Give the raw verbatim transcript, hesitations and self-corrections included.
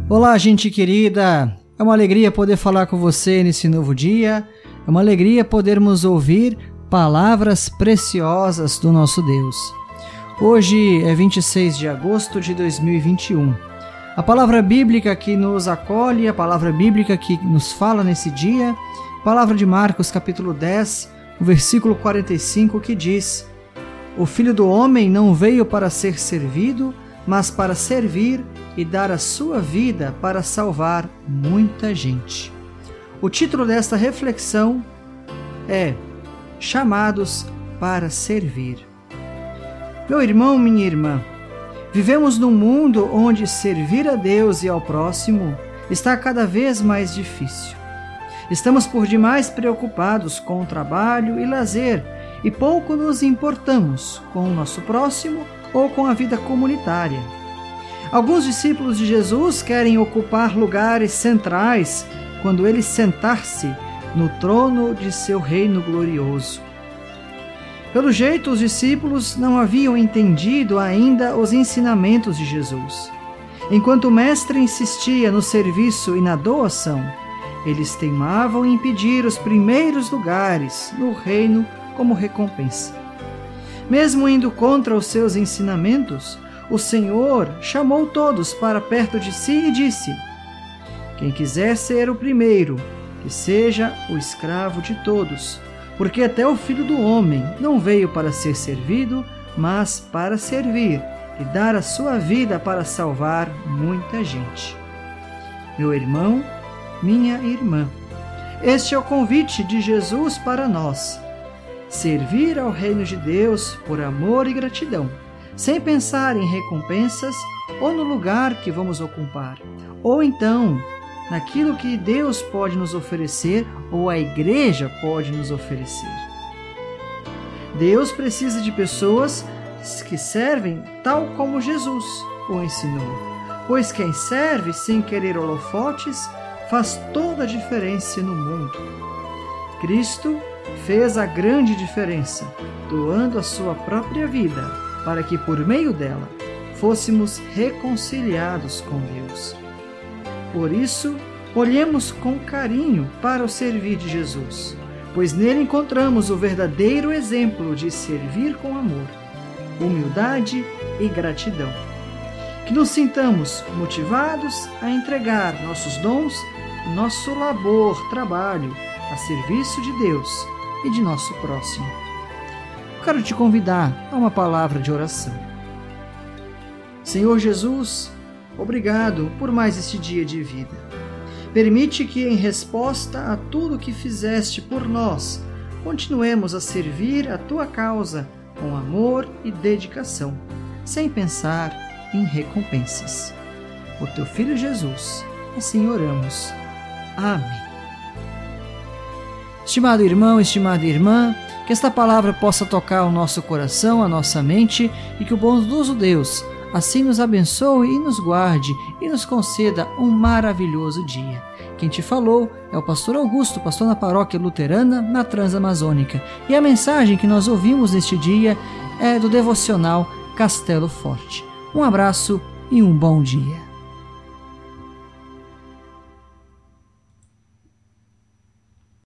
Olá, gente querida! É uma alegria poder falar com você nesse novo dia. É uma alegria podermos ouvir palavras preciosas do nosso Deus. Hoje é vinte e seis de agosto de dois mil e vinte e um. A palavra bíblica que nos acolhe, a palavra bíblica que nos fala nesse dia, a palavra de Marcos capítulo dez, o versículo quarenta e cinco, que diz: O Filho do Homem não veio para ser servido, mas para servir e dar a sua vida para salvar muita gente. O título desta reflexão é Chamados para Servir. Meu irmão, minha irmã, vivemos num mundo onde servir a Deus e ao próximo está cada vez mais difícil. Estamos por demais preocupados com o trabalho e lazer e pouco nos importamos com o nosso próximo ou com a vida comunitária. Alguns discípulos de Jesus querem ocupar lugares centrais quando ele sentar-se no trono de seu reino glorioso. Pelo jeito, os discípulos não haviam entendido ainda os ensinamentos de Jesus. Enquanto o mestre insistia no serviço e na doação, eles teimavam em pedir os primeiros lugares no reino como recompensa. Mesmo indo contra os seus ensinamentos, o Senhor chamou todos para perto de si e disse: Quem quiser ser o primeiro, que seja o escravo de todos, porque até o Filho do Homem não veio para ser servido, mas para servir e dar a sua vida para salvar muita gente. Meu irmão, minha irmã, este é o convite de Jesus para nós. Servir ao reino de Deus por amor e gratidão, sem pensar em recompensas ou no lugar que vamos ocupar, ou então naquilo que Deus pode nos oferecer ou a igreja pode nos oferecer. Deus precisa de pessoas que servem tal como Jesus o ensinou, pois quem serve sem querer holofotes faz toda a diferença no mundo. Cristo fez a grande diferença, doando a sua própria vida, para que por meio dela fôssemos reconciliados com Deus. Por isso, olhemos com carinho para o servir de Jesus, pois nele encontramos o verdadeiro exemplo de servir com amor, humildade e gratidão. Que nos sintamos motivados a entregar nossos dons, nosso labor, trabalho, a serviço de Deus e de nosso próximo. Quero te convidar a uma palavra de oração. Senhor Jesus, obrigado por mais este dia de vida. Permite que, em resposta a tudo que fizeste por nós, continuemos a servir a tua causa com amor e dedicação, sem pensar em recompensas. Por teu Filho Jesus, assim oramos. Amém. Estimado irmão, estimada irmã, que esta palavra possa tocar o nosso coração, a nossa mente, e que o bondoso Deus assim nos abençoe e nos guarde e nos conceda um maravilhoso dia. Quem te falou é o pastor Augusto, pastor na paróquia luterana na Transamazônica. E a mensagem que nós ouvimos neste dia é do devocional Castelo Forte. Um abraço e um bom dia.